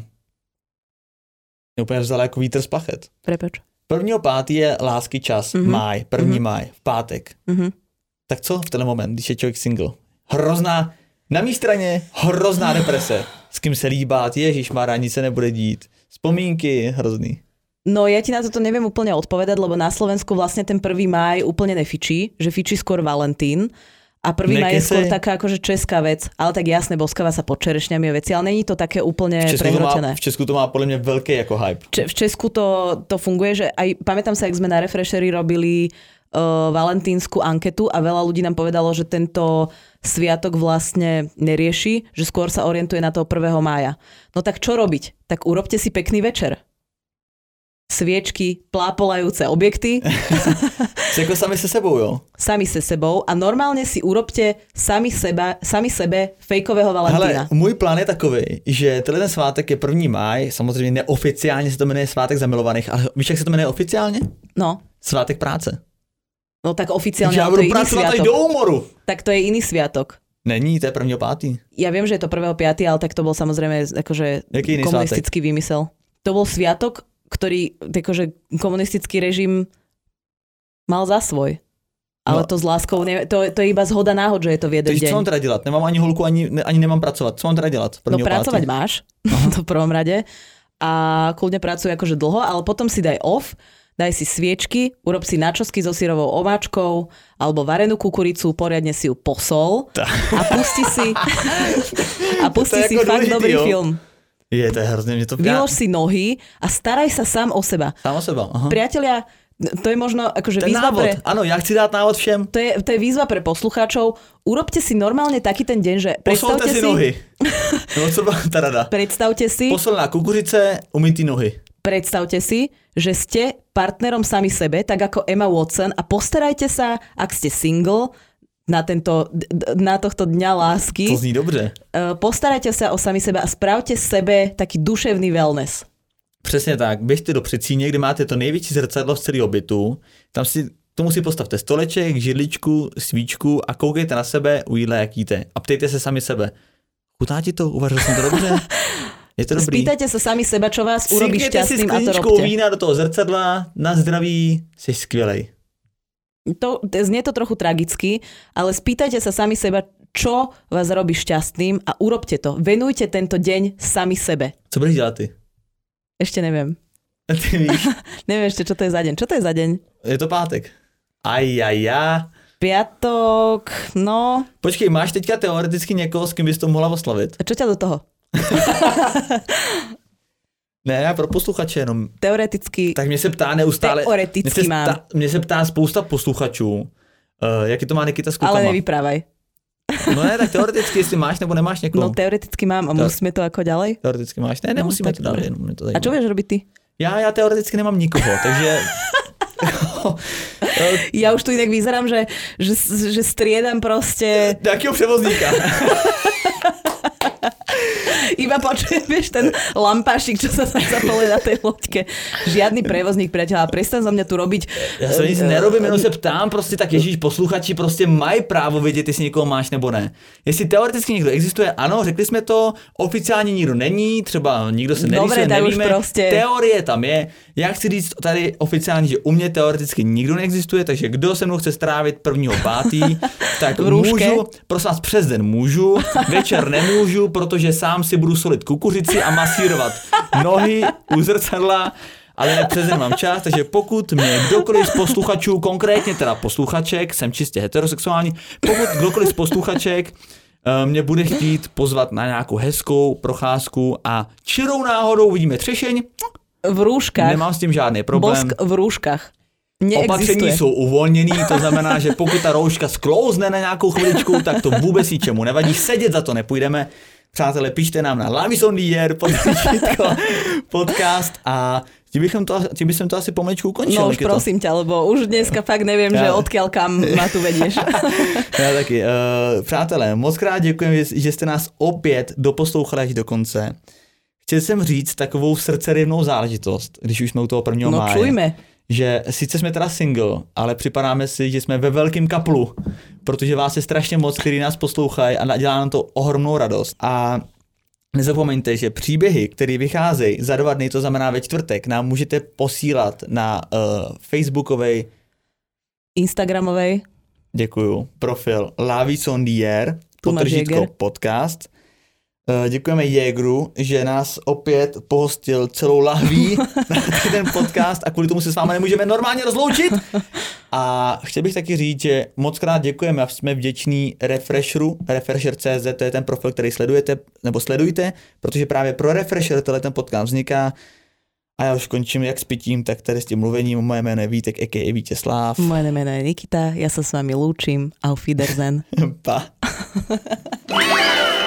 A: mě úplně vzala jako vítr z plachet.
B: Prepač.
A: 1.5. je lásky čas, máj, 1. máj, v pátek. Tak co v ten moment, když je člověk single? Hrozná, na mý straně hrozná deprese. S kým se líbát, ježišmarja, nic se nebude dít. Vzpomínky, hrozný.
B: No ja ti na toto neviem úplne odpovedať, lebo na Slovensku vlastne ten 1. máj úplne nefičí, že fičí skôr Valentín a 1. máj je skôr taká akože česká vec, ale tak jasne, boskáva sa pod čerešňami a veci, ale není to také úplne prehrotené.
A: V Česku to má podľa mňa veľký ako hype.
B: V Česku to funguje, že aj pamätám sa, jak sme na Refresheri robili valentínsku anketu a veľa ľudí nám povedalo, že tento sviatok vlastne nerieši, že skôr sa orientuje na toho 1. mája. No tak čo robiť? Tak urobte si pekný večer. Sviečky, plápolajúce objekty.
A: Jako sami se sebou, jo?
B: Sami se sebou a normálne si urobte sami sebe fejkového Valentína.
A: Hele, můj plán je takový, že tenhle svátek je 1. máj, samozřejmě neoficiálně se to jmenuje svátek zamilovaných, ale víš, jak se to jmenuje oficiálně?
B: No.
A: Svátek práce.
B: No tak oficiálně
A: to je iný sviatok. Do humoru.
B: Tak to je iný sviatok.
A: Není, to je 1.5.
B: Ja viem, že je to 1.5, ale tak to bol samozrejme akože komunistický výmysel. To bol sviatok, ktorý akože komunistický režim mal za svoj. Ale to s láskou, to je iba zhoda náhod, že je to v jeden deň.
A: Co mám teda dělat? Nemám ani holku, ani nemám pracovat. Co mám teda dělat?
B: No pracovať máš, to v prvom rade. A kľudne pracuj akože dlho, ale potom si daj off, daj si sviečky, urob si načosky so syrovou omáčkou alebo varenú kukuricu, poriadne si ju posol a pusti si fakt dobrý film.
A: Je, to je hrozně, mě to...
B: Vylož si nohy a staraj sa sám o seba.
A: Sám o seba, aha.
B: Priatelia, to je možno akože výzva
A: návod.
B: pre...
A: Áno, ja chci dát návod všem.
B: To je výzva pre poslucháčov. Urobte si normálne taký ten deň, že predstavte si...
A: nohy. No, co byla ta rada?
B: Predstavte si...
A: Posolná kukuřice, umytý nohy. Predstavte
B: si, že ste partnerom sami sebe, tak ako Emma Watson a postarajte sa, ak ste single, na tohto dňa lásky.
A: To zní dobře.
B: Postarajte sa o sami sebe a spravte sebe taký duševný wellness.
A: Přesně tak. Běžte do předsíně, kde máte to největší zrcadlo z celého bytu. Tam si tomu si postavte stoleček, židličku, svíčku a koukejte na sebe u jídla, jak jíte. A ptejte se sami sebe. Chutná ti to? Uvařil jsem to dobře? Je to dobrý?
B: Spýtajte sa sami seba, čo vás urobí šťastným a to robte.
A: Cíkněte si skleničkou vína do toho zrcadla, na zdraví, jsi skvělej.
B: Znie to trochu tragicky, ale spýtajte sa sami seba, čo vás robí šťastným a urobte to. Venujte tento deň sami sebe.
A: Co budeš dělat ty?
B: Ešte neviem.
A: Ty víš?
B: Neviem ešte, čo to je za deň. Čo to je za deň?
A: Je to pátek.
B: Piatok, no.
A: Počkej, máš teďka teoreticky někoho, s kým bys to mohla oslavit?
B: A čo ťa do toho?
A: Ne, já pro posluchače jenom.
B: Teoreticky.
A: Tak mě se ptá neustále.
B: Teoreticky mám.
A: Mě se ptá spousta posluchačů, jaký to má Nikita s klukama.
B: Ale nevyprávaj.
A: No ne, tak teoreticky, jestli máš nebo nemáš někoho.
B: No teoreticky mám a musíme to jako ďalej?
A: Teoreticky máš, ne, nemusíme to dál.
B: A čo vieš robiť ty?
A: Já teoreticky nemám nikoho, takže...
B: Ja už tu inak vyzerám, že striedam proste...
A: Takýho převozníka.
B: Iba počujem, vieš, ten lampášik, čo sa zapaluje na tej loďke. Žiadny prevozník, priateľa, prestaň za mňa tu robiť.
A: Já se nic nerobím, jenom se ptám, prostě tak ježíš, posluchači prostě mají právo vědět, jestli někoho máš nebo ne. Jestli teoreticky někdo existuje, ano, řekli jsme to, oficiálně nikdo není, třeba nikdo se nerýsuje, nevíme, prostě... teorie tam je. Já chci říct tady oficiálně, že u mě teoreticky nikdo neexistuje, takže kdo se mnou chce strávit 1.5., tak můžu, prosím vás, přes den můžu, večer nemůžu, protože sám si budu solit kukuřici a masírovat nohy u zrcadla, ale ne přes den mám čas, takže pokud mě kdokoliv z posluchačů, konkrétně teda posluchaček, jsem čistě heterosexuální, pokud kdokoliv z posluchaček mě bude chtít pozvat na nějakou hezkou procházku a čirou náhodou vidíme třešeň,
B: v růžkách.
A: Nemám s tím žádný problém.
B: Bosk v růžkách. Neexistuje.
A: Opatření jsou uvolněný, to znamená, že pokud ta rouška sklouzne na nějakou chviličku, tak to vůbec ničemu nevadí. Sedět za to nepůjdeme. Přátelé, píšte nám na Lavisondier podcast a tím bychom to asi pomaličku ukončil.
B: No už prosím ťa, lebo už dneska fakt nevím, že odkiaľ kam ma tu vedieš.
A: Já taky. Přátelé, moc krát děkujeme, že jste nás opět doposlouchali až do konce. Chtěl jsem říct takovou srdcerivnou záležitost, když už jsme u toho 1. máje.
B: Čujme.
A: Že sice jsme teda single, ale připadáme si, že jsme ve velkém kaplu, protože vás je strašně moc, který nás poslouchají a dělá nám to ohromnou radost. A nezapomeňte, že příběhy, které vycházejí za 2 dny, to znamená ve čtvrtek, nám můžete posílat na facebookovej,
B: instagramovej,
A: děkuju, profil Lavisondier, _podcast. Děkujeme Jägeru, že nás opět pohostil celou lahví na ten podcast a kvůli tomu se s vámi nemůžeme normálně rozloučit. A chtěl bych taky říct, že moc krát děkujeme a jsme vděční Refresheru, Refresher.cz, to je ten profil, který sledujte, protože právě pro Refresher ten podcast vzniká. A já už končím jak s pitím, tak tady s tím mluvením. Moje jméno je Vítek, a.k.a. Vítězslav.
B: Moje jméno je Nikita, já se s vámi lúčim. Auf Wiedersehen.
A: Pa.